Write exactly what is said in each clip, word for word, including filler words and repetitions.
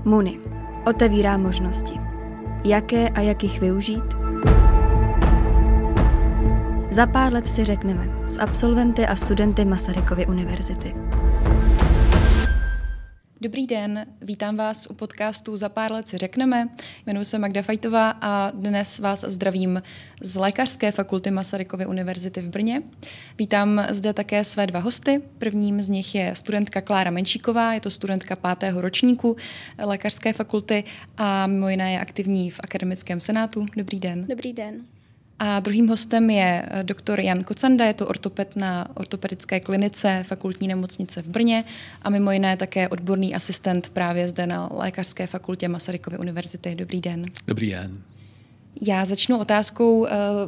MUNI. Otevírá možnosti. Jaké a jak jich využít? Za pár let si řekneme s absolventy a studenty Masarykovy univerzity. Dobrý den, vítám vás u podcastu Za pár let si řekneme. Jmenuji se Magda Fajtová a dnes vás zdravím z Lékařské fakulty Masarykovy univerzity v Brně. Vítám zde také své dva hosty. Prvním z nich je studentka Klára Menšíková, je to studentka pátého ročníku Lékařské fakulty a mimo jiné je aktivní v akademickém senátu. Dobrý den. Dobrý den. A druhým hostem je doktor Jan Kocanda, je to ortoped na ortopedické klinice fakultní nemocnice v Brně a mimo jiné také odborný asistent právě zde na Lékařské fakultě Masarykovy univerzity. Dobrý den. Dobrý den. Já začnu otázkou,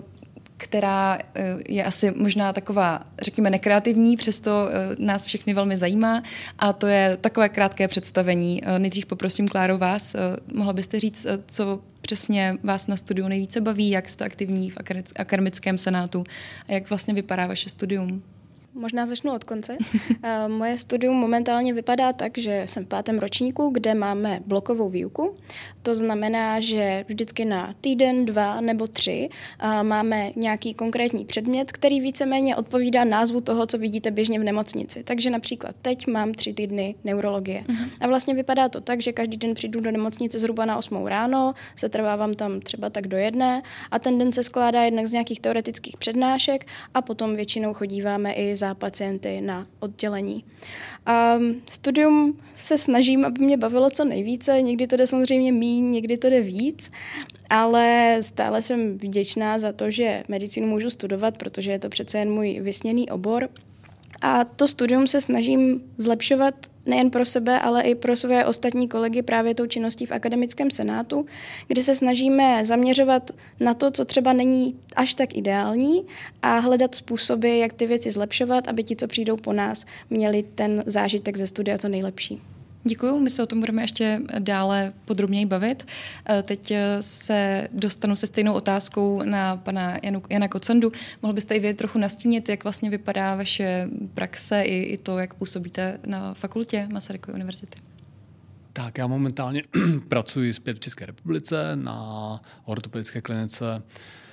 která je asi možná taková, řekněme, nekreativní, přesto nás všechny velmi zajímá a to je takové krátké představení. Nejdřív poprosím, Kláro, vás. Mohla byste říct, co přesně vás na studiu nejvíce baví, jak jste aktivní v akademickém senátu a jak vlastně vypadá vaše studium? Možná začnu od konce. Moje studium momentálně vypadá tak, že jsem v pátém ročníku, kde máme blokovou výuku. To znamená, že vždycky na týden, dva nebo tři máme nějaký konkrétní předmět, který víceméně odpovídá názvu toho, co vidíte běžně v nemocnici. Takže například teď mám tři týdny neurologie. Uh-huh. A vlastně vypadá to tak, že každý den přijdu do nemocnice zhruba na osmou ráno, setrvávám tam třeba tak do jedné a ten den se skládá jednak z nějakých teoretických přednášek a potom většinou chodíváme i za pacienty na oddělení. A studium se snažím, aby mě bavilo co nejvíce, někdy to jde samozřejmě míň, někdy to jde víc, ale stále jsem vděčná za to, že medicínu můžu studovat, protože je to přece jen můj vysněný obor. A to studium se snažím zlepšovat nejen pro sebe, ale i pro své ostatní kolegy právě tou činností v akademickém senátu, kdy se snažíme zaměřovat na to, co třeba není až tak ideální a hledat způsoby, jak ty věci zlepšovat, aby ti, co přijdou po nás, měli ten zážitek ze studia co nejlepší. Děkuju, my se o tom budeme ještě dále podrobněji bavit. Teď se dostanu se stejnou otázkou na pana Janu, Jana Kocandu. Mohl byste i vy trochu nastínit, jak vlastně vypadá vaše praxe i, i to, jak působíte na fakultě Masarykovy univerzity? Tak já momentálně pracuji zpět v České republice na ortopedické klinice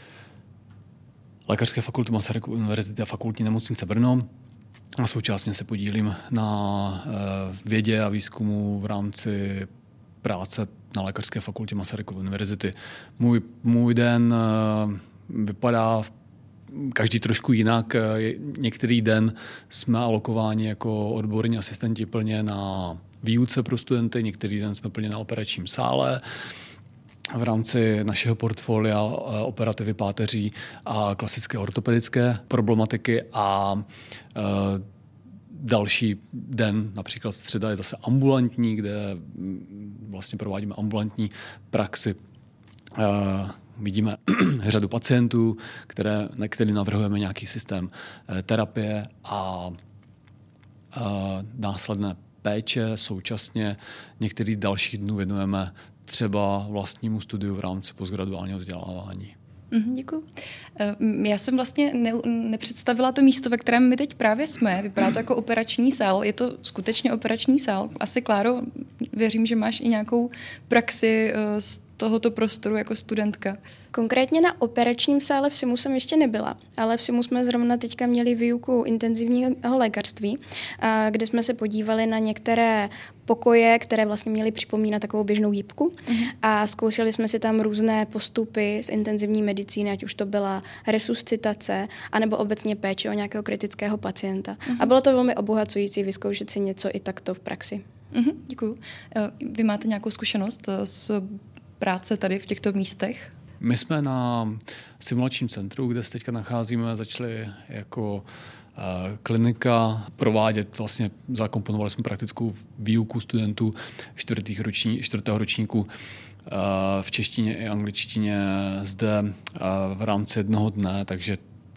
Lékařské fakulty Masarykovy univerzity a fakultní nemocnice Brno. A současně se podílím na vědě a výzkumu v rámci práce na Lékařské fakultě Masarykovy univerzity. Můj, můj den vypadá každý trošku jinak. Některý den jsme alokováni jako odborní asistenti plně na výuce pro studenty, některý den jsme plně na operačním sále. V rámci našeho portfolia operativy páteří a klasické ortopedické problematiky a e, další den, například středa, je zase ambulantní, kde vlastně provádíme ambulantní praxi. E, vidíme řadu pacientů, které, na který navrhujeme nějaký systém e, terapie a e, následné péče. Současně některých dalších dnů věnujeme třeba vlastnímu studiu v rámci postgraduálního vzdělávání. Děkuji. Já jsem vlastně ne, nepředstavila to místo, ve kterém my teď právě jsme. Vypadá to jako operační sál. Je to skutečně operační sál. Asi, Kláro, věřím, že máš i nějakou praxi z tohoto prostoru jako studentka. Konkrétně na operačním sále v SIMu jsem ještě nebyla, ale v SIMu jsme zrovna teďka měli výuku intenzivního lékařství, kde jsme se podívali na některé pokoje, které vlastně měly připomínat takovou běžnou jipku uh-huh. a zkoušeli jsme si tam různé postupy z intenzivní medicíny, ať už to byla resuscitace, anebo obecně péče o nějakého kritického pacienta. Uh-huh. A bylo to velmi obohacující vyzkoušet si něco i takto v praxi. Uh-huh, děkuju. Vy máte nějakou zkušenost s práce tady v těchto místech? My jsme na simulačním centru, kde se teďka nacházíme, začali jako uh, klinika provádět, vlastně zakomponovali jsme praktickou výuku studentů čtvrtých roční, čtvrtého ročníku uh, v češtině i angličtině zde uh, v rámci jednoho dne, takže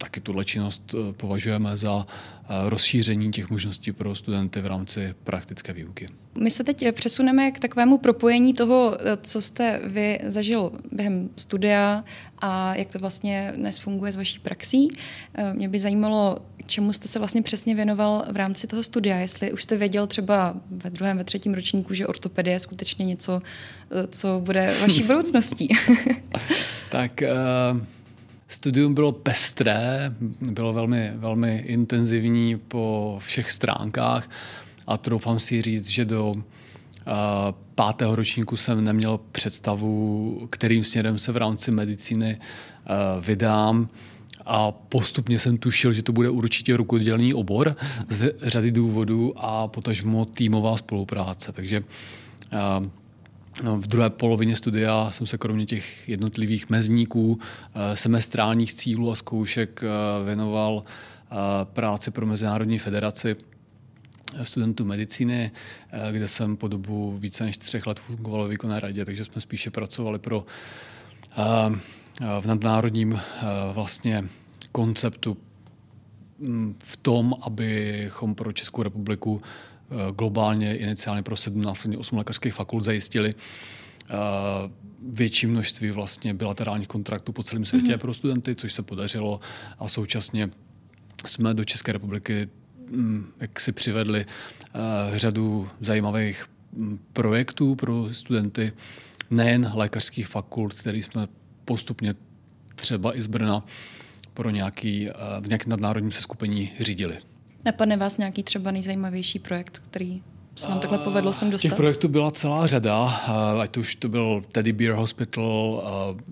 taky tuhle činnost považujeme za rozšíření těch možností pro studenty v rámci praktické výuky. My se teď přesuneme k takovému propojení toho, co jste vy zažil během studia a jak to vlastně dnes funguje s vaší praxí. Mě by zajímalo, čemu jste se vlastně přesně věnoval v rámci toho studia. Jestli už jste věděl třeba ve druhém, ve třetím ročníku, že ortopedie je skutečně něco, co bude vaší budoucností. Tak uh, studium bylo pestré, bylo velmi, velmi intenzivní po všech stránkách a troufám si říct, že do uh, pátého ročníku jsem neměl představu, kterým směrem se v rámci medicíny uh, vydám. A postupně jsem tušil, že to bude určitě rukodělný obor z řady důvodů a potažmo týmová spolupráce. Takže uh, no, v druhé polovině studia jsem se kromě těch jednotlivých mezníků, uh, semestrálních cílů a zkoušek uh, věnoval uh, práci pro Mezinárodní federaci studentů medicíny, uh, kde jsem po dobu více než třech let fungoval v výkonné radě, takže jsme spíše pracovali pro uh, v nadnárodním vlastně konceptu v tom, abychom pro Českou republiku globálně iniciálně pro sedm, následně osm lékařských fakult zajistili větší množství vlastně bilaterálních kontraktů po celém světě mm-hmm. pro studenty, což se podařilo a současně jsme do České republiky jak si přivedli řadu zajímavých projektů pro studenty nejen lékařských fakult, který jsme postupně třeba i z Brna pro nějaký, v nějakém nadnárodním seskupení řídili. Napadne vás nějaký třeba nejzajímavější projekt, který se vám takhle povedlo sem dostat? Těch projektů byla celá řada, ať už to byl Teddy Bear Hospital,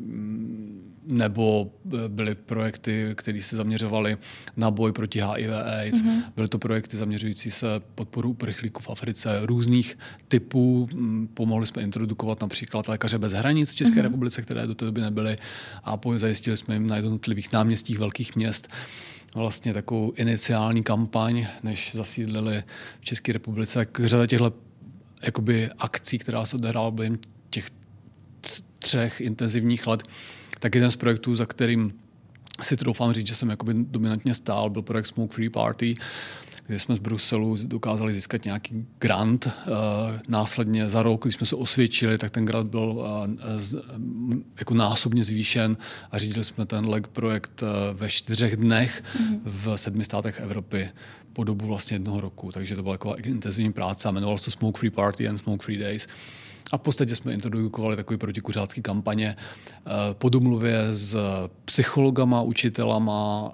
nebo byly projekty, které se zaměřovaly na boj proti H I V AIDS. Mm-hmm. Byly to projekty zaměřující se podporu uprchlíků v Africe různých typů. Pomohli jsme introdukovat například lékaře bez hranic v České mm-hmm. republice, které do té doby nebyly, a zajistili jsme jim na jednotlivých náměstích velkých měst vlastně takovou iniciální kampaň, než zasídlili v České republice. Řada těchto jakoby akcí, která se odehrála během těch třech intenzivních let, tak jeden z projektů, za kterým si troufám říct, že jsem jakoby dominantně stál, byl projekt Smoke Free Party, kde jsme z Bruselu dokázali získat nějaký grant. E, následně za rok, když jsme se osvědčili, tak ten grant byl e, z, jako násobně zvýšen a řídili jsme ten leg projekt e, ve čtyřech dnech mm-hmm. v sedmi státech Evropy po dobu vlastně jednoho roku. Takže to byla taková intenzivní práce a jmenovalo se to Smoke Free Party and Smoke Free Days. A v podstatě jsme introdukovali takové protikuřácký kampaně po domluvě s psychologama, učitelama,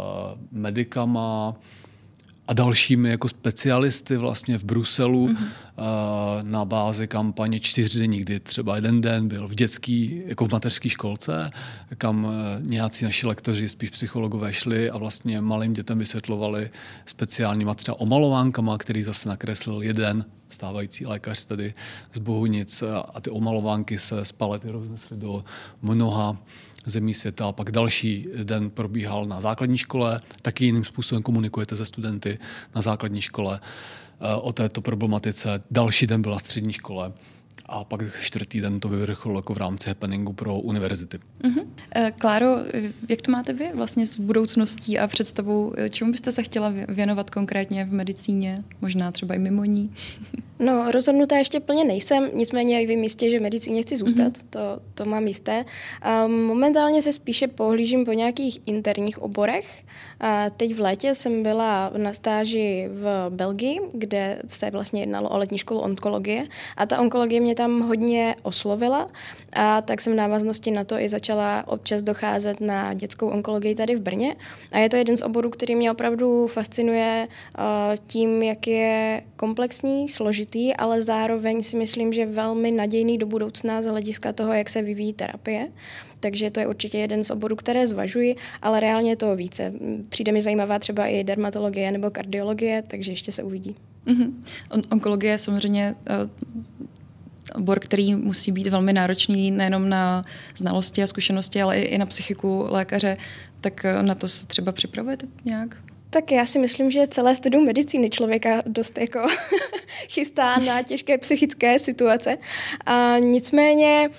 medikama a dalšími jako specialisty vlastně v Bruselu mm-hmm. na bázi kampaně čtyřdenní, kdy třeba jeden den byl v dětský, jako v mateřské školce, kam nějací naši lektoři, spíš psychologové, šli a vlastně malým dětem vysvětlovali speciálníma třeba omalovánkama, který zase nakreslil jeden stávající lékař tady z Bohunic, a ty omalovánky se z palety roznesly do mnoha zemí světa. A pak další den probíhal na základní škole, taky jiným způsobem komunikujete se studenty na základní škole o této problematice. Další den byla střední škole. A pak čtvrtý den to vyvrcholilo jako v rámci happeningu pro univerzity. Uh-huh. Kláro, jak to máte vy vlastně s budoucností a představou, čemu byste se chtěla věnovat konkrétně v medicíně, možná třeba i mimo ní? No, rozhodnutá ještě plně nejsem, nicméně vím jistě, že v medicíně chci zůstat, mm-hmm. to, to mám jisté. A momentálně se spíše pohlížím po nějakých interních oborech. A teď v létě jsem byla na stáži v Belgii, kde se vlastně jednalo o letní školu onkologie, a ta onkologie mě tam hodně oslovila, a tak jsem v návaznosti na to i začala občas docházet na dětskou onkologii tady v Brně. A je to jeden z oborů, který mě opravdu fascinuje tím, jak je komplexní, složitý, ale zároveň si myslím, že velmi nadějný do budoucna z hlediska toho, jak se vyvíjí terapie. Takže to je určitě jeden z oborů, které zvažuji, ale reálně je toho více. Přijde mi zajímavá třeba i dermatologie nebo kardiologie, takže ještě se uvidí. Mm-hmm. On- onkologie je samozřejmě uh, obor, který musí být velmi náročný nejenom na znalosti a zkušenosti, ale i, i na psychiku lékaře. Tak uh, na to se třeba připravujete nějak? Tak já si myslím, že celé studium medicíny člověka dost jako chystá na těžké psychické situace. A nicméně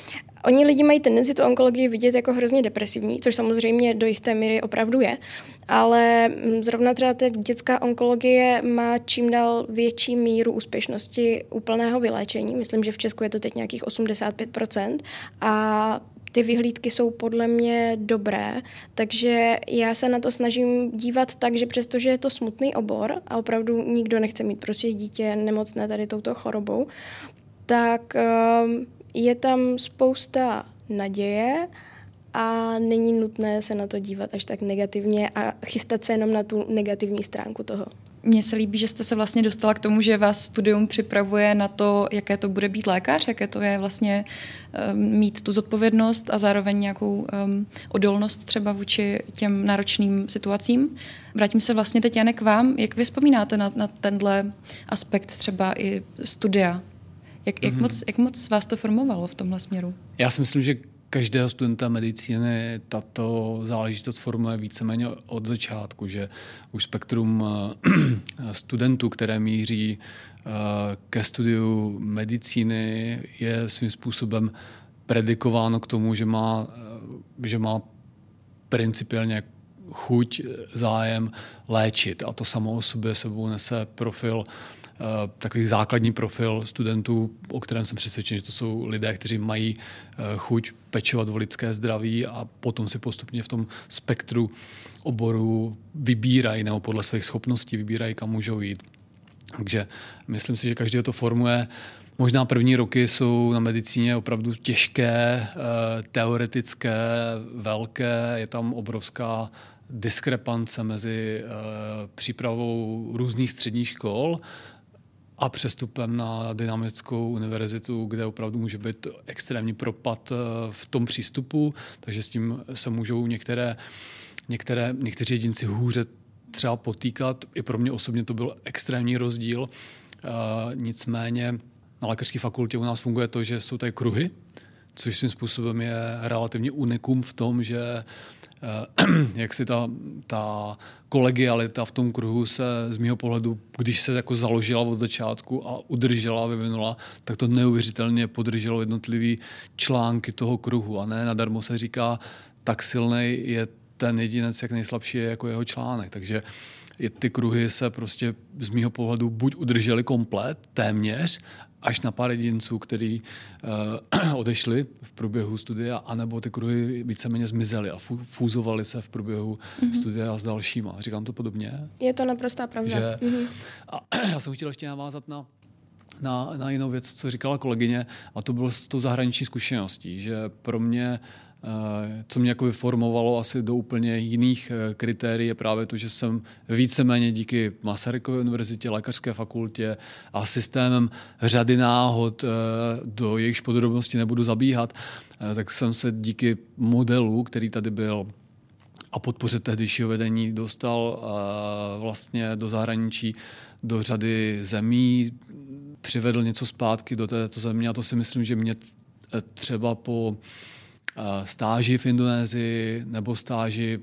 Oni lidi mají tendenci tu onkologii vidět jako hrozně depresivní, což samozřejmě do jisté míry opravdu je, ale zrovna třeba ta dětská onkologie má čím dál větší míru úspěšnosti úplného vyléčení. Myslím, že v Česku je to teď nějakých osmdesát pět procent a ty vyhlídky jsou podle mě dobré, takže já se na to snažím dívat tak, že přestože je to smutný obor a opravdu nikdo nechce mít prostě dítě nemocné tady touto chorobou, tak je tam spousta naděje a není nutné se na to dívat až tak negativně a chystat se jenom na tu negativní stránku toho. Mně se líbí, že jste se vlastně dostala k tomu, že vás studium připravuje na to, jaké to bude být lékař, jaké to je vlastně um, mít tu zodpovědnost a zároveň nějakou um, odolnost třeba vůči těm náročným situacím. Vrátím se vlastně teď, Jane, k vám. Jak vy vzpomínáte na, na tenhle aspekt třeba i studia? Jak, mm-hmm. jak, moc, jak moc vás to formovalo v tomhle směru? Já si myslím, že každého studenta medicíny tato záležitost formuje víceméně od začátku, že už spektrum studentů, které míří ke studiu medicíny, je svým způsobem predikováno k tomu, že má, že má principiálně chuť, zájem léčit. A to samo o sobě sebou nese profil, takový základní profil studentů, o kterém jsem přesvědčen, že to jsou lidé, kteří mají chuť pečovat o lidské zdraví a potom si postupně v tom spektru oboru vybírají nebo podle svých schopností vybírají, kam můžou jít. Takže myslím si, že každý to formuje. Možná první roky jsou na medicíně opravdu těžké, teoretické, velké, je tam obrovská diskrepance mezi přípravou různých středních škol a přestupem na dynamickou univerzitu, kde opravdu může být extrémní propad v tom přístupu, takže s tím se můžou některé, některé, někteří jedinci hůře třeba potýkat. I pro mě osobně to byl extrémní rozdíl. Nicméně na lékařské fakultě u nás funguje to, že jsou tady kruhy, což svým způsobem je relativně unikum v tom, že jak si ta, ta kolegialita v tom kruhu se z mého pohledu, když se jako založila od začátku a udržela, vyvinula, tak to neuvěřitelně podrželo jednotlivý články toho kruhu. A ne nadarmo se říká, tak silnej je ten jedinec, jak nejslabší je jako jeho článek. Takže ty kruhy se prostě z mého pohledu buď udrželi komplet, téměř, až na pár jedinců, kteří uh, odešli v průběhu studia, anebo ty kruhy víceméně zmizely a fúzovaly se v průběhu mm-hmm. studia s dalšíma. Říkám to podobně? Je to naprostá pravda. Že, mm-hmm. A já jsem chtěl ještě navázat na, na, na jinou věc, co říkala kolegyně, a to bylo s tou zahraniční zkušeností, že pro mě co mě jako vyformovalo asi do úplně jiných kritérií, je právě to, že jsem víceméně díky Masarykově univerzitě, lékařské fakultě a systémem řady náhod, do jejichž podrobností nebudu zabíhat, tak jsem se díky modelu, který tady byl, a podpoře tehdejšího vedení dostal vlastně do zahraničí, do řady zemí, přivedl něco zpátky do této země a to si myslím, že mě třeba po stáži v Indonésii nebo stáži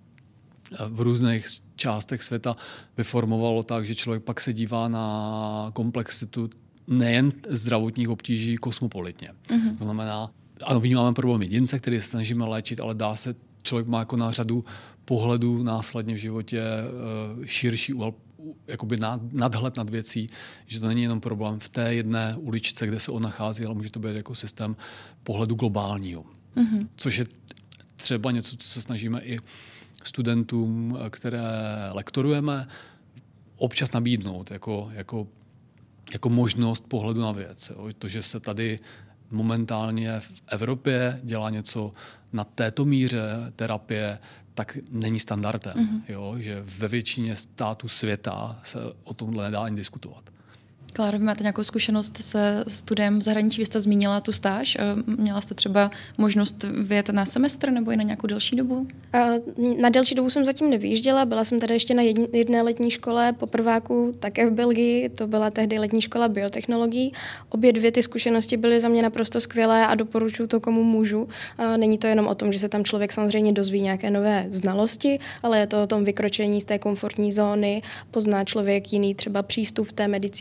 v různých částech světa vyformovalo tak, že člověk pak se dívá na komplexitu nejen zdravotních obtíží kosmopolitně. Mm-hmm. To znamená, ano, vnímáme problém jedince, který se snažíme léčit, ale dá se, člověk má jako na řadu pohledů následně v životě širší úhel, jakoby nadhled nad věcí, že to není jenom problém v té jedné uličce, kde se on nachází, ale může to být jako systém pohledu globálního. Mm-hmm. Což je třeba něco, co se snažíme i studentům, které lektorujeme, občas nabídnout jako, jako, jako možnost pohledu na věc. Jo. To, že se tady momentálně v Evropě dělá něco na této míře terapie, tak není standardem. Mm-hmm. Jo. Že ve většině států světa se o tomhle nedá ani diskutovat. Kláro, vy máte nějakou zkušenost se studiem v zahraničí? Vy jste zmínila tu stáž. Měla jste třeba možnost vyjet na semestr nebo i na nějakou delší dobu? Na delší dobu jsem zatím nevyjížděla. Byla jsem tady ještě na jedné letní škole po prváku, také v Belgii. To byla tehdy letní škola biotechnologií. Obě dvě ty zkušenosti byly za mě naprosto skvělé a doporučuji to, komu můžu. Není to jenom o tom, že se tam člověk samozřejmě dozví nějaké nové znalosti, ale je to o tom vykročení z té komfortní zóny. Pozná člověk jiný třeba přístup v té medicíně, pozná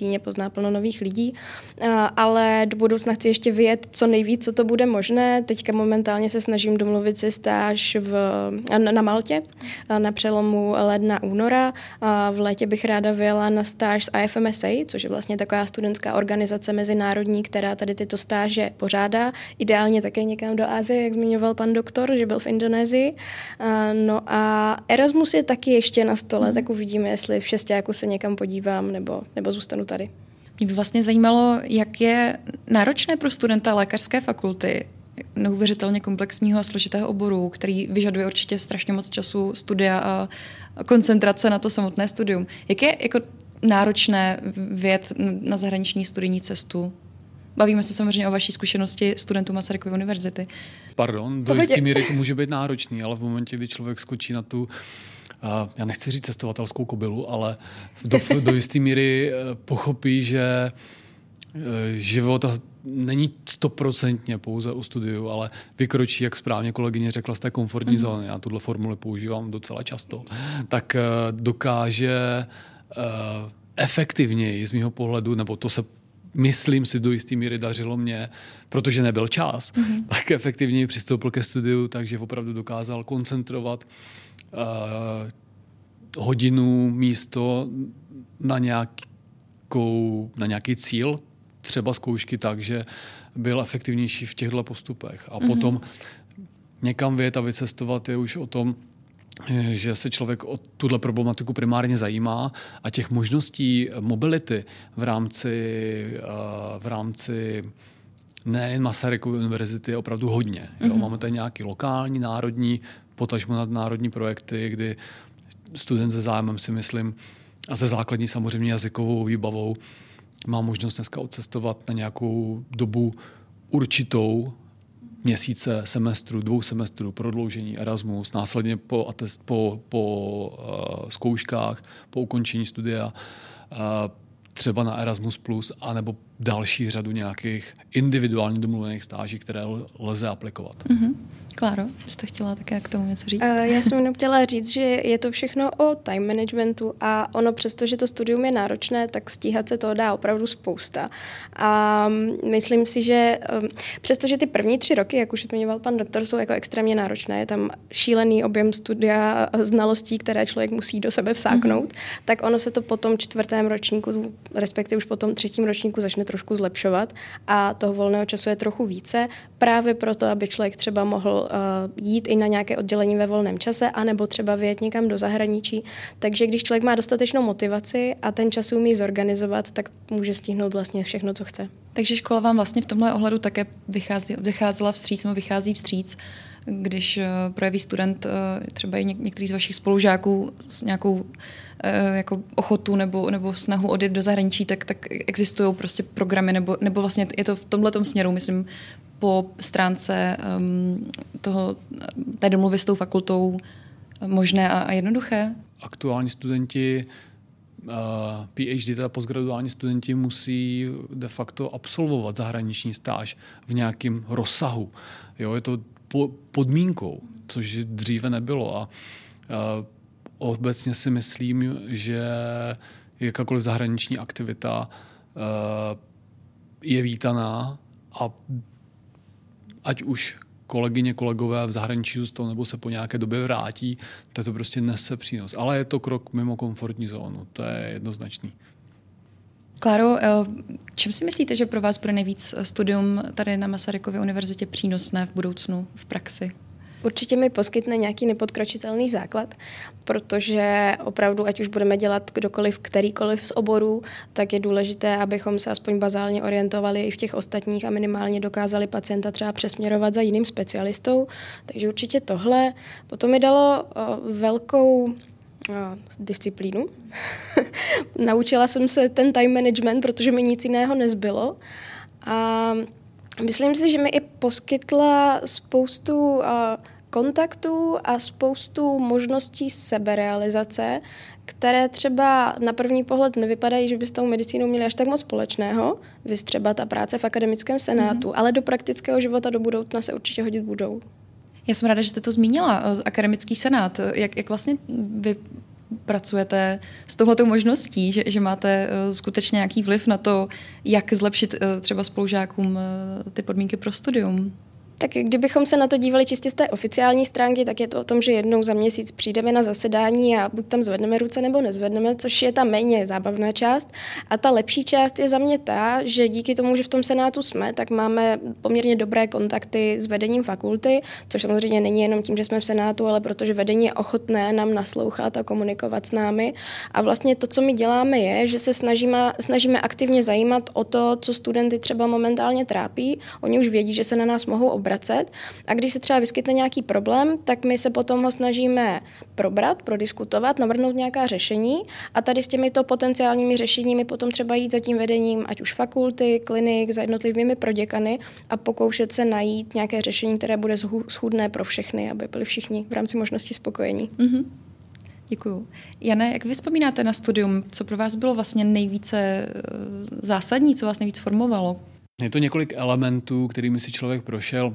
pozná plno nových lidí, ale do budoucna chci ještě vyjet co nejvíc, co to bude možné. Teďka momentálně se snažím domluvit si stáž v, na, na Maltě na přelomu ledna února. V létě bych ráda vyjela na stáž s I F M S A, což je vlastně taková studentská organizace mezinárodní, která tady tyto stáže pořádá. Ideálně také někam do Asie, jak zmiňoval pan doktor, že byl v Indonésii. No a Erasmus je taky ještě na stole, mm. tak uvidíme, jestli v šestáku se někam podívám nebo, nebo zůstanu tady. Mě by vlastně zajímalo, jak je náročné pro studenta lékařské fakulty, neuvěřitelně komplexního a složitého oboru, který vyžaduje určitě strašně moc času, studia a koncentrace na to samotné studium. Jak je jako náročné vyjet na zahraniční studijní cestu? Bavíme se samozřejmě o vaší zkušenosti studentů Masarykovy univerzity. Pardon, do jisté míry to může být náročný, ale v momentě, kdy člověk skočí na tu, já nechci říct cestovatelskou kobylu, ale do, do jisté míry pochopí, že život není stoprocentně pouze o studiu, ale vykročí, jak správně kolegyně řekla, z té komfortní mm. zóny. Já tuhle formuli používám docela často. Tak dokáže efektivněji z mého pohledu, nebo to se myslím si do jisté míry dařilo mě, protože nebyl čas, mm-hmm. tak efektivněji přistoupil ke studiu, takže opravdu dokázal koncentrovat uh, hodinu místo na, nějakou, na nějaký cíl, třeba zkoušky tak, že byl efektivnější v těchto postupech. A mm-hmm. potom někam vyjet a vycestovat je už o tom, že se člověk o tuhle problematiku primárně zajímá a těch možností mobility v rámci, v rámci nejen Masarykovy univerzity je opravdu hodně. Jo? Mm-hmm. Máme tady nějaké lokální, národní, potažmo nadnárodní projekty, kdy student se zájmem, si myslím, a se základní samozřejmě jazykovou výbavou má možnost dneska odcestovat na nějakou dobu určitou, měsíce, semestru, dvou semestrů, prodloužení Erasmus, následně po, atest, po, po uh, zkouškách, po ukončení studia, uh, třeba na Erasmus plus, anebo další řadu nějakých individuálně domluvených stáží, které lze aplikovat. Mm-hmm. Kláro, jste chtěla také k tomu něco říct? Uh, já jsem jenom chtěla říct, že je to všechno o time managementu a ono přesto, že to studium je náročné, tak stíhat se toho dá opravdu spousta. A myslím si, že um, přestože ty první tři roky, jak už zmiňoval pan doktor, jsou jako extrémně náročné, je tam šílený objem studia, znalostí, které člověk musí do sebe vsáknout, mm-hmm. tak ono se to po tom čtvrtém ročníku, respektive už po tom třetím ročníku začne trošku zlepšovat a toho volného času je trochu více, právě proto, aby člověk třeba mohl jít i na nějaké oddělení ve volném čase, anebo třeba vyjet někam do zahraničí. Takže když člověk má dostatečnou motivaci a ten čas umí zorganizovat, tak může stihnout vlastně všechno, co chce. Takže škola vám vlastně v tomhle ohledu také vychází, vycházela vstříc, nebo vychází vstříc, když projeví student třeba i některý z vašich spolužáků s nějakou jako ochotu nebo, nebo snahu odjet do zahraničí, tak, tak existují prostě programy, nebo, nebo vlastně je to v tomhletom směru, myslím, po stránce um, toho, té domluvy s tou fakultou možné a, a jednoduché? Aktuální studenti, uh, PhD, teda postgraduální studenti musí de facto absolvovat zahraniční stáž v nějakém rozsahu. Jo, je to po, podmínkou, což dříve nebylo. A uh, obecně si myslím, že jakákoliv zahraniční aktivita uh, je vítaná a ať už kolegyně, kolegové v zahraničí zůstanou nebo se po nějaké době vrátí, tak to prostě nese přínos. Ale je to krok mimo komfortní zónu, to je jednoznačný. Kláro, čím si myslíte, že pro vás bude nejvíc studium tady na Masarykově univerzitě přínosné v budoucnu, v praxi? Určitě mi poskytne nějaký nepodkročitelný základ, protože opravdu, ať už budeme dělat kdokoliv, kterýkoliv z oborů, tak je důležité, abychom se aspoň bazálně orientovali i v těch ostatních a minimálně dokázali pacienta třeba přesměrovat za jiným specialistou. Takže určitě tohle. Potom mi dalo uh, velkou uh, disciplínu. Naučila jsem se ten time management, protože mi nic jiného nezbylo. A myslím si, že mi i poskytla spoustu uh, kontaktů a spoustu možností seberealizace, které třeba na první pohled nevypadají, že by s tou medicínou měli až tak moc společného, viz třeba ta práce v akademickém senátu, mm-hmm. ale do praktického života do budoucna se určitě hodit budou. Já jsem ráda, že jste to zmínila, akademický senát. Jak, jak vlastně vy pracujete s touhletou možností, že, že máte skutečně nějaký vliv na to, jak zlepšit třeba spolužákům ty podmínky pro studium? Tak kdybychom se na to dívali čistě z té oficiální stránky, tak je to o tom, že jednou za měsíc přijdeme na zasedání a buď tam zvedneme ruce nebo nezvedneme, což je ta méně zábavná část. A ta lepší část je za mě ta, že díky tomu, že v tom senátu jsme, tak máme poměrně dobré kontakty s vedením fakulty, což samozřejmě není jenom tím, že jsme v senátu, ale protože vedení je ochotné nám naslouchat a komunikovat s námi. A vlastně to, co my děláme, je, že se snažíme, snažíme aktivně zajímat o to, co studenty třeba momentálně trápí. Oni už vědí, že se na nás mohou obracet. A když se třeba vyskytne nějaký problém, tak my se potom ho snažíme probrat, prodiskutovat, navrhnout nějaká řešení a tady s těmito potenciálními řešeními potom třeba jít za tím vedením, ať už fakulty, klinik, za jednotlivými proděkany a pokoušet se najít nějaké řešení, které bude schůdné pro všechny, aby byli všichni v rámci možnosti spokojení. Mm-hmm. Děkuju. Jane, jak vy vzpomínáte na studium? Co pro vás bylo vlastně nejvíce zásadní, co vás nejvíc formovalo? Je to několik elementů, kterými si člověk prošel,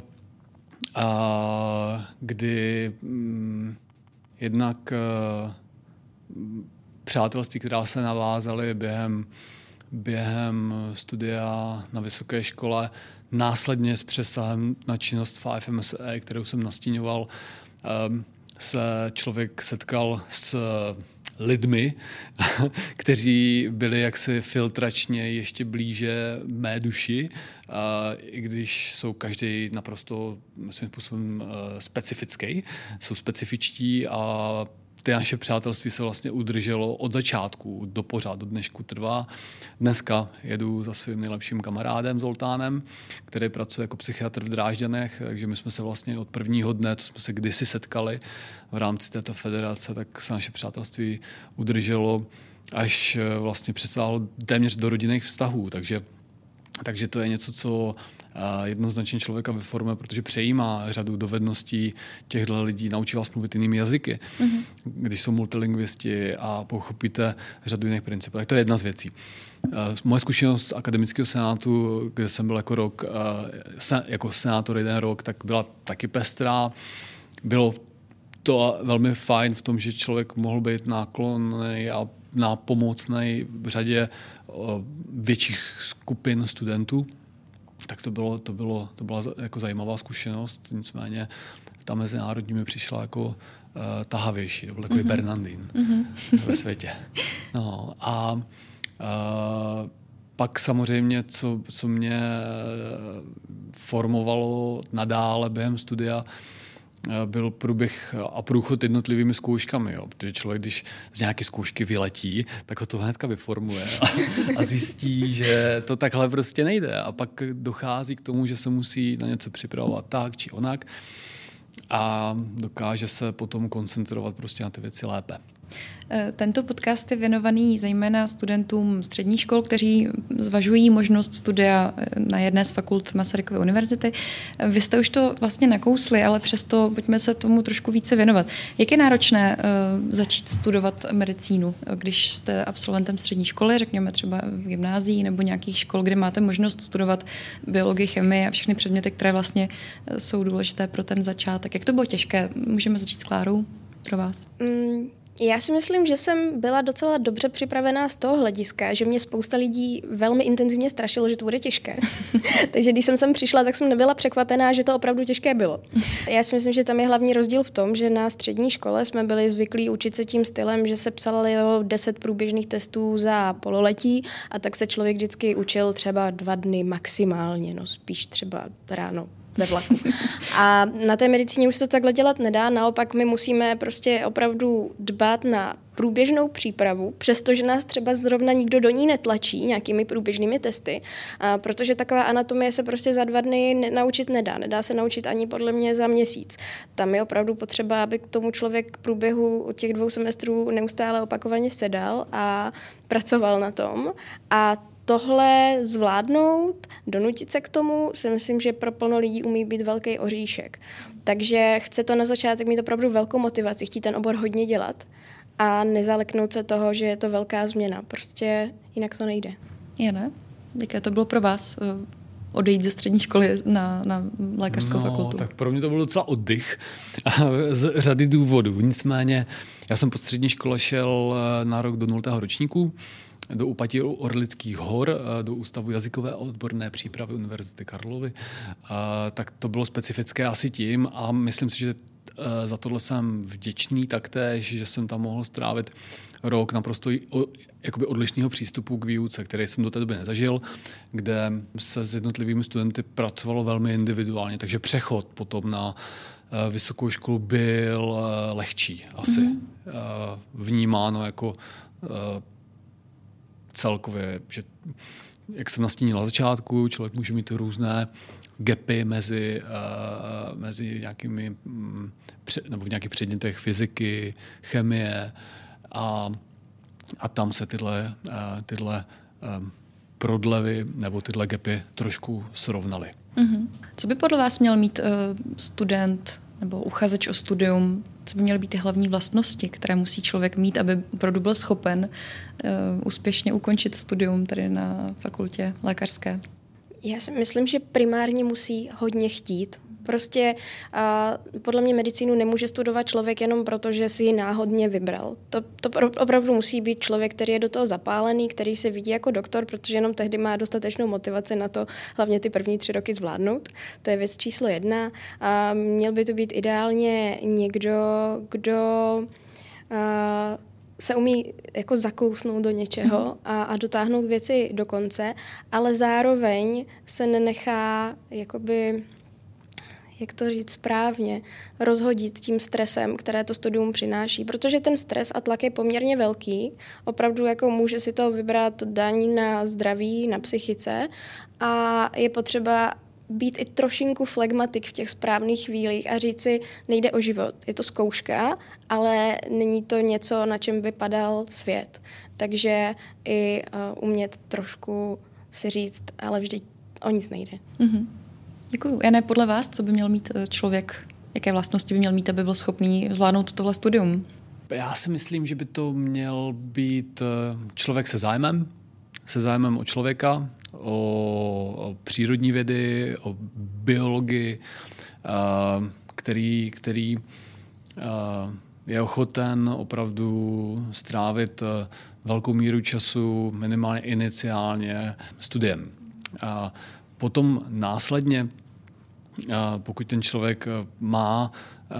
a kdy mm, jednak uh, přátelství, která se navázaly během, během studia na vysoké škole, následně s přesahem na činnost v F M S E, kterou jsem nastíňoval, um, se člověk setkal s lidmi, kteří byli jaksi filtračně ještě blíže mé duši, i když jsou každý naprosto svým způsobem specifický, jsou specifičtí a ty naše přátelství se vlastně udrželo od začátku do pořád, do dnešku trvá. Dneska jedu za svým nejlepším kamarádem Zoltánem, který pracuje jako psychiatr v Drážďanech, takže my jsme se vlastně od prvního dne, co jsme se kdysi setkali v rámci této federace, tak se naše přátelství udrželo až vlastně přesáhlo téměř do rodinných vztahů. Takže, takže to je něco, co jednoznačně člověka vyformuje, protože přejímá řadu dovedností těchto lidí, naučí vás mluvit jinými jazyky, mm-hmm. když jsou multilingvisti a pochopíte řadu jiných principů. Tak to je jedna z věcí. Moje zkušenost z akademického senátu, kde jsem byl jako rok, jako senátor jeden rok, tak byla taky pestrá. Bylo to velmi fajn v tom, že člověk mohl být náklonný a nápomocný v řadě větších skupin studentů. Tak to bylo, to bylo, to byla jako zajímavá zkušenost, nicméně ta mezinárodní mi přišla jako uh, tahavější, to byl takový mm-hmm. Bernardín mm-hmm. ve světě. No a uh, pak samozřejmě, co, co mě formovalo nadále během studia, byl průběh a průchod jednotlivými zkouškami. Jo. Protože člověk, když z nějaké zkoušky vyletí, tak ho to hnedka vyformuje a, a zjistí, že to takhle prostě nejde. A pak dochází k tomu, že se musí na něco připravovat tak či onak a dokáže se potom koncentrovat prostě na ty věci lépe. Tento podcast je věnovaný zejména studentům středních škol, kteří zvažují možnost studia na jedné z fakult Masarykovy univerzity. Vy jste už to vlastně nakousli, ale přesto pojďme se tomu trošku více věnovat. Jak je náročné začít studovat medicínu, když jste absolventem střední školy, řekněme třeba v gymnázii nebo nějakých škol, kde máte možnost studovat biologii, chemii a všechny předměty, které vlastně jsou důležité pro ten začátek. Jak to bylo těžké? Můžeme začít s Klárou pro vás? Mm. Já si myslím, že jsem byla docela dobře připravená z toho hlediska, že mě spousta lidí velmi intenzivně strašilo, že to bude těžké. Takže když jsem sem přišla, tak jsem nebyla překvapená, že to opravdu těžké bylo. Já si myslím, že tam je hlavní rozdíl v tom, že na střední škole jsme byli zvyklí učit se tím stylem, že se psalo deset průběžných testů za pololetí a tak se člověk vždycky učil třeba dva dny maximálně, no spíš třeba ráno ve vlaku. A na té medicíně už se to takhle dělat nedá, naopak my musíme prostě opravdu dbát na průběžnou přípravu, přestože nás třeba zrovna nikdo do ní netlačí nějakými průběžnými testy, a protože taková anatomie se prostě za dva dny naučit nedá. Nedá se naučit ani podle mě za měsíc. Tam je opravdu potřeba, aby k tomu člověk v průběhu těch dvou semestrů neustále opakovaně sedal a pracoval na tom. A tohle zvládnout, donutit se k tomu, si myslím, že pro plno lidí umí být velký oříšek. Takže chce to na začátek mít opravdu velkou motivaci, chtít ten obor hodně dělat a nezaleknout se toho, že je to velká změna. Prostě jinak to nejde. Jane, jaké to bylo pro vás? odejít ze střední školy na, na lékařskou no, fakultu? Tak pro mě to byl docela oddych z řady důvodů. Nicméně já jsem po střední škole šel na rok do nultého ročníku do Úpatí Orlických hor, do Ústavu jazykové a odborné přípravy Univerzity Karlovy. Tak to bylo specifické asi tím a myslím si, že za tohle jsem vděčný taktéž, že jsem tam mohl strávit rok naprosto jakoby odlišného přístupu k výuce, který jsem do té doby nezažil, kde se s jednotlivými studenty pracovalo velmi individuálně, takže přechod potom na vysokou školu byl lehčí asi. Mm-hmm. Vnímáno jako celkově, že jak jsem nastínil na začátku, člověk může mít různé gapy mezi, uh, mezi nějakými, um, před, nebo v nějakých předmětech fyziky, chemie a, a tam se tyhle, uh, tyhle um, prodlevy nebo tyhle gapy trošku srovnaly. Mm-hmm. Co by podle vás měl mít uh, student nebo uchazeč o studium, co by měly být ty hlavní vlastnosti, které musí člověk mít, aby opravdu byl schopen uh, úspěšně ukončit studium tady na fakultě lékařské? Já si myslím, že primárně musí hodně chtít. Prostě uh, podle mě medicínu nemůže studovat člověk jenom proto, že si ji náhodně vybral. To, to opravdu musí být člověk, který je do toho zapálený, který se vidí jako doktor, protože jenom tehdy má dostatečnou motivaci na to hlavně ty první tři roky zvládnout. To je věc číslo jedna. A měl by to být ideálně někdo, kdo uh, se umí jako zakousnout do něčeho a, a dotáhnout věci do konce, ale zároveň se nenechá jakoby, jak to říct správně, rozhodit tím stresem, které to studium přináší. Protože ten stres a tlak je poměrně velký. Opravdu jako může si to vybrat daň na zdraví, na psychice a je potřeba být i trošinku flegmatik v těch správných chvílích a říct si, nejde o život. Je to zkouška, ale není to něco, na čem by padal svět. Takže i uh, umět trošku si říct, ale vždy o nic nejde. Mm-hmm. Děkuju. Jane, podle vás, co by měl mít člověk, jaké vlastnosti by měl mít, aby byl schopný zvládnout tohle studium? Já si myslím, že by to měl být člověk se zájmem, se zájmem o člověka, o, o přírodní vědy, o biologii, který, který je ochoten opravdu strávit velkou míru času, minimálně iniciálně, studiem. A potom následně, pokud ten člověk má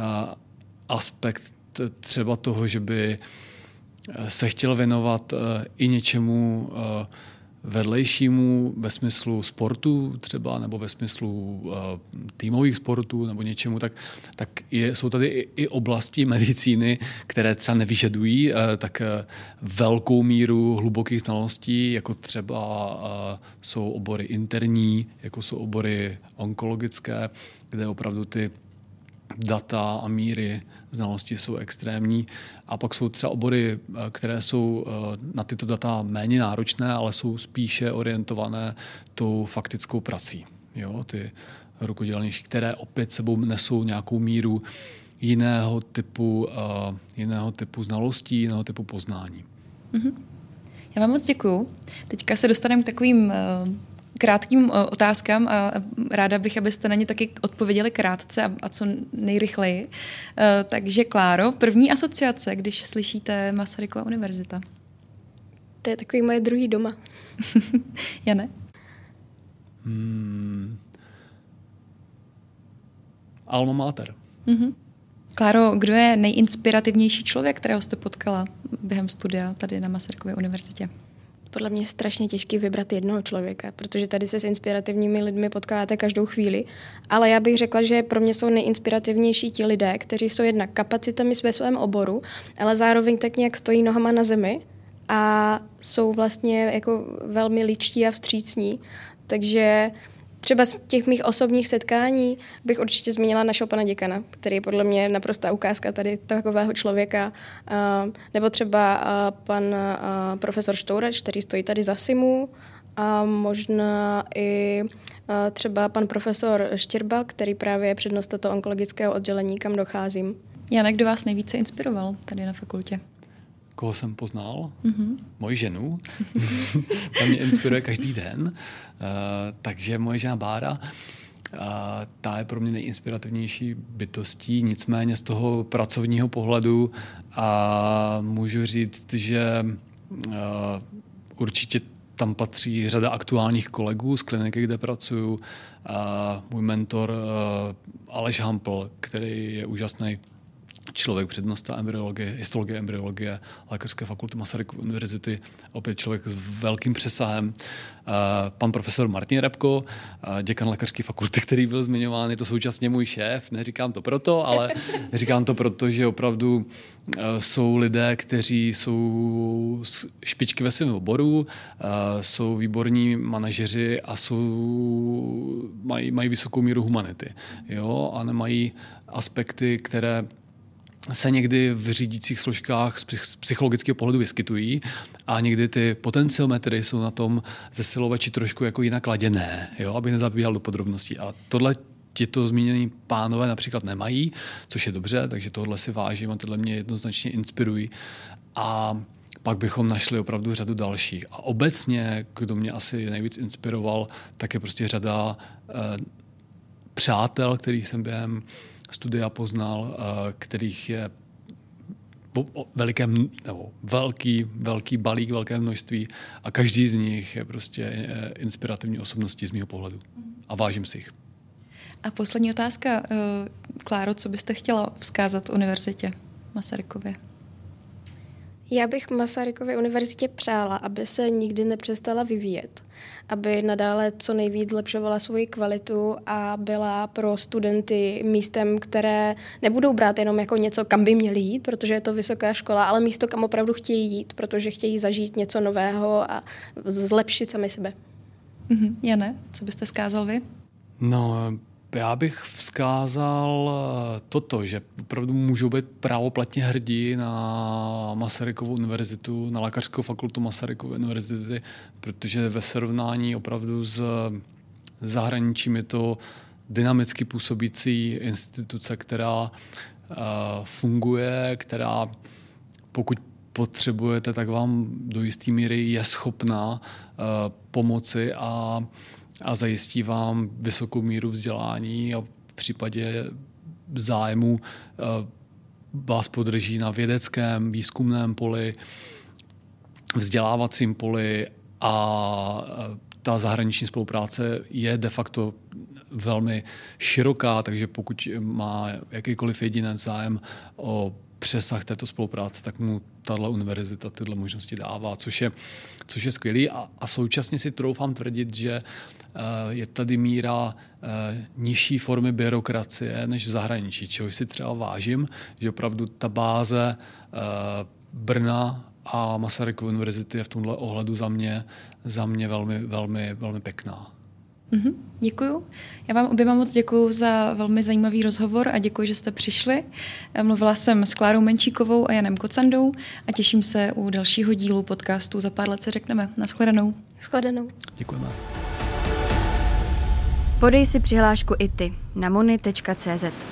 aspekt třeba toho, že by se chtěl věnovat i něčemu vedlejšímu ve smyslu sportu třeba, nebo ve smyslu uh, týmových sportů nebo něčemu, tak, tak je, jsou tady i, i oblasti medicíny, které třeba nevyžadují uh, tak uh, velkou míru hlubokých znalostí, jako třeba uh, jsou obory interní, jako jsou obory onkologické, kde opravdu ty data a míry znalosti jsou extrémní. A pak jsou třeba obory, které jsou na tyto data méně náročné, ale jsou spíše orientované tou faktickou prací. Jo? Ty rukodělnější, které opět sebou nesou nějakou míru jiného typu, uh, jiného typu znalostí, jiného typu poznání. Mm-hmm. Já vám moc děkuju. Teďka se dostaneme k takovým uh... krátkým otázkám a ráda bych, abyste na ně taky odpověděli krátce a, a co nejrychleji. Uh, takže Kláro, první asociace, když slyšíte Masarykova univerzita? To je takový moje druhý doma. Jane? Hmm. Alma mater. Mm-hmm. Kláro, kdo je nejinspirativnější člověk, kterého jste potkala během studia tady na Masarykově univerzitě? Podle mě je strašně těžký vybrat jednoho člověka, protože tady se s inspirativními lidmi potkáváte každou chvíli. Ale já bych řekla, že pro mě jsou nejinspirativnější ti lidé, kteří jsou jednak kapacitami ve svém oboru, ale zároveň tak nějak stojí nohama na zemi a jsou vlastně jako velmi ličtí a vstřícní. Takže třeba z těch mých osobních setkání bych určitě zmínila našeho pana děkana, který je podle mě naprostá ukázka tady takového člověka. Nebo třeba pan profesor Štourač, který stojí tady za Simu. A možná i třeba pan profesor Štěrbal, který právě je přednosta toho onkologického oddělení, kam docházím. Jane, kdo vás nejvíce inspiroval tady na fakultě? koho jsem poznal, mm-hmm. moji ženu, ta mě inspiruje každý den, uh, takže moje žena Bára, uh, ta je pro mě nejinspirativnější bytostí, nicméně z toho pracovního pohledu a můžu říct, že uh, určitě tam patří řada aktuálních kolegů z kliniky, kde pracuju, uh, můj mentor uh, Aleš Hampl, který je úžasný člověk, přednosta embryologie, histologie, embryologie, Lékařské fakulty Masarykovy univerzity, opět člověk s velkým přesahem. Pan profesor Martin Repko, děkan Lékařské fakulty, který byl zmiňován, je to současně můj šéf, neříkám to proto, ale říkám to proto, že opravdu jsou lidé, kteří jsou špičky ve svém oboru, jsou výborní manažeři a jsou, mají, mají vysokou míru humanity. Jo? A nemají aspekty, které se někdy v řídících složkách z psychologického pohledu vyskytují a někdy ty potenciometry jsou na tom zesilovači trošku jako jinak laděné, jo, abych nezabíhal do podrobností. A tohle tito zmínění pánové například nemají, což je dobře, takže tohle si vážím a tohle mě jednoznačně inspirují. A pak bychom našli opravdu řadu dalších. A obecně, kdo mě asi nejvíc inspiroval, tak je prostě řada eh, přátel, kterých jsem během studia poznal, kterých je veliké, nebo velký, velký balík, velké množství a každý z nich je prostě inspirativní osobností z mého pohledu. A vážím si jich. A poslední otázka. Kláro, co byste chtěla vzkázat univerzitě Masarykově? Já bych Masarykově univerzitě přála, aby se nikdy nepřestala vyvíjet, aby nadále co nejvíc zlepšovala svoji kvalitu a byla pro studenty místem, které nebudou brát jenom jako něco, kam by měli jít, protože je to vysoká škola, ale místo, kam opravdu chtějí jít, protože chtějí zažít něco nového a zlepšit sami sebe. Mm-hmm. Jane, co byste vzkázal vy? No, já bych vzkázal toto, že opravdu můžou být právoplatně hrdí na Masarykovu univerzitu, na Lékařskou fakultu Masarykovy univerzity, protože ve srovnání opravdu s zahraničím je to dynamicky působící instituce, která funguje, která pokud potřebujete, tak vám do jisté míry je schopná pomoci a a zajistí vám vysokou míru vzdělání a v případě zájmu vás podrží na vědeckém, výzkumném poli, vzdělávacím poli a ta zahraniční spolupráce je de facto velmi široká, takže pokud má jakýkoliv jedinec zájem o přesah této spolupráce, tak mu tato univerzita tyhle možnosti dává, což je, což je skvělý a, a současně si troufám tvrdit, že uh, je tady míra uh, nižší formy byrokracie než v zahraničí, čehož si třeba vážím, že opravdu ta báze uh, Brna a Masarykovy univerzity je v tomhle ohledu za mě, za mě velmi, velmi, velmi pěkná. Mm-hmm, děkuju. Já vám oběma moc děkuju za velmi zajímavý rozhovor a děkuji, že jste přišli. Mluvila jsem s Klárou Menčíkovou a Janem Kocandou a těším se u dalšího dílu podcastu Za pár let se řekneme. Naschledanou. Naschledanou. Děkujeme. Podej si přihlášku i ty na mony tečka cé zet.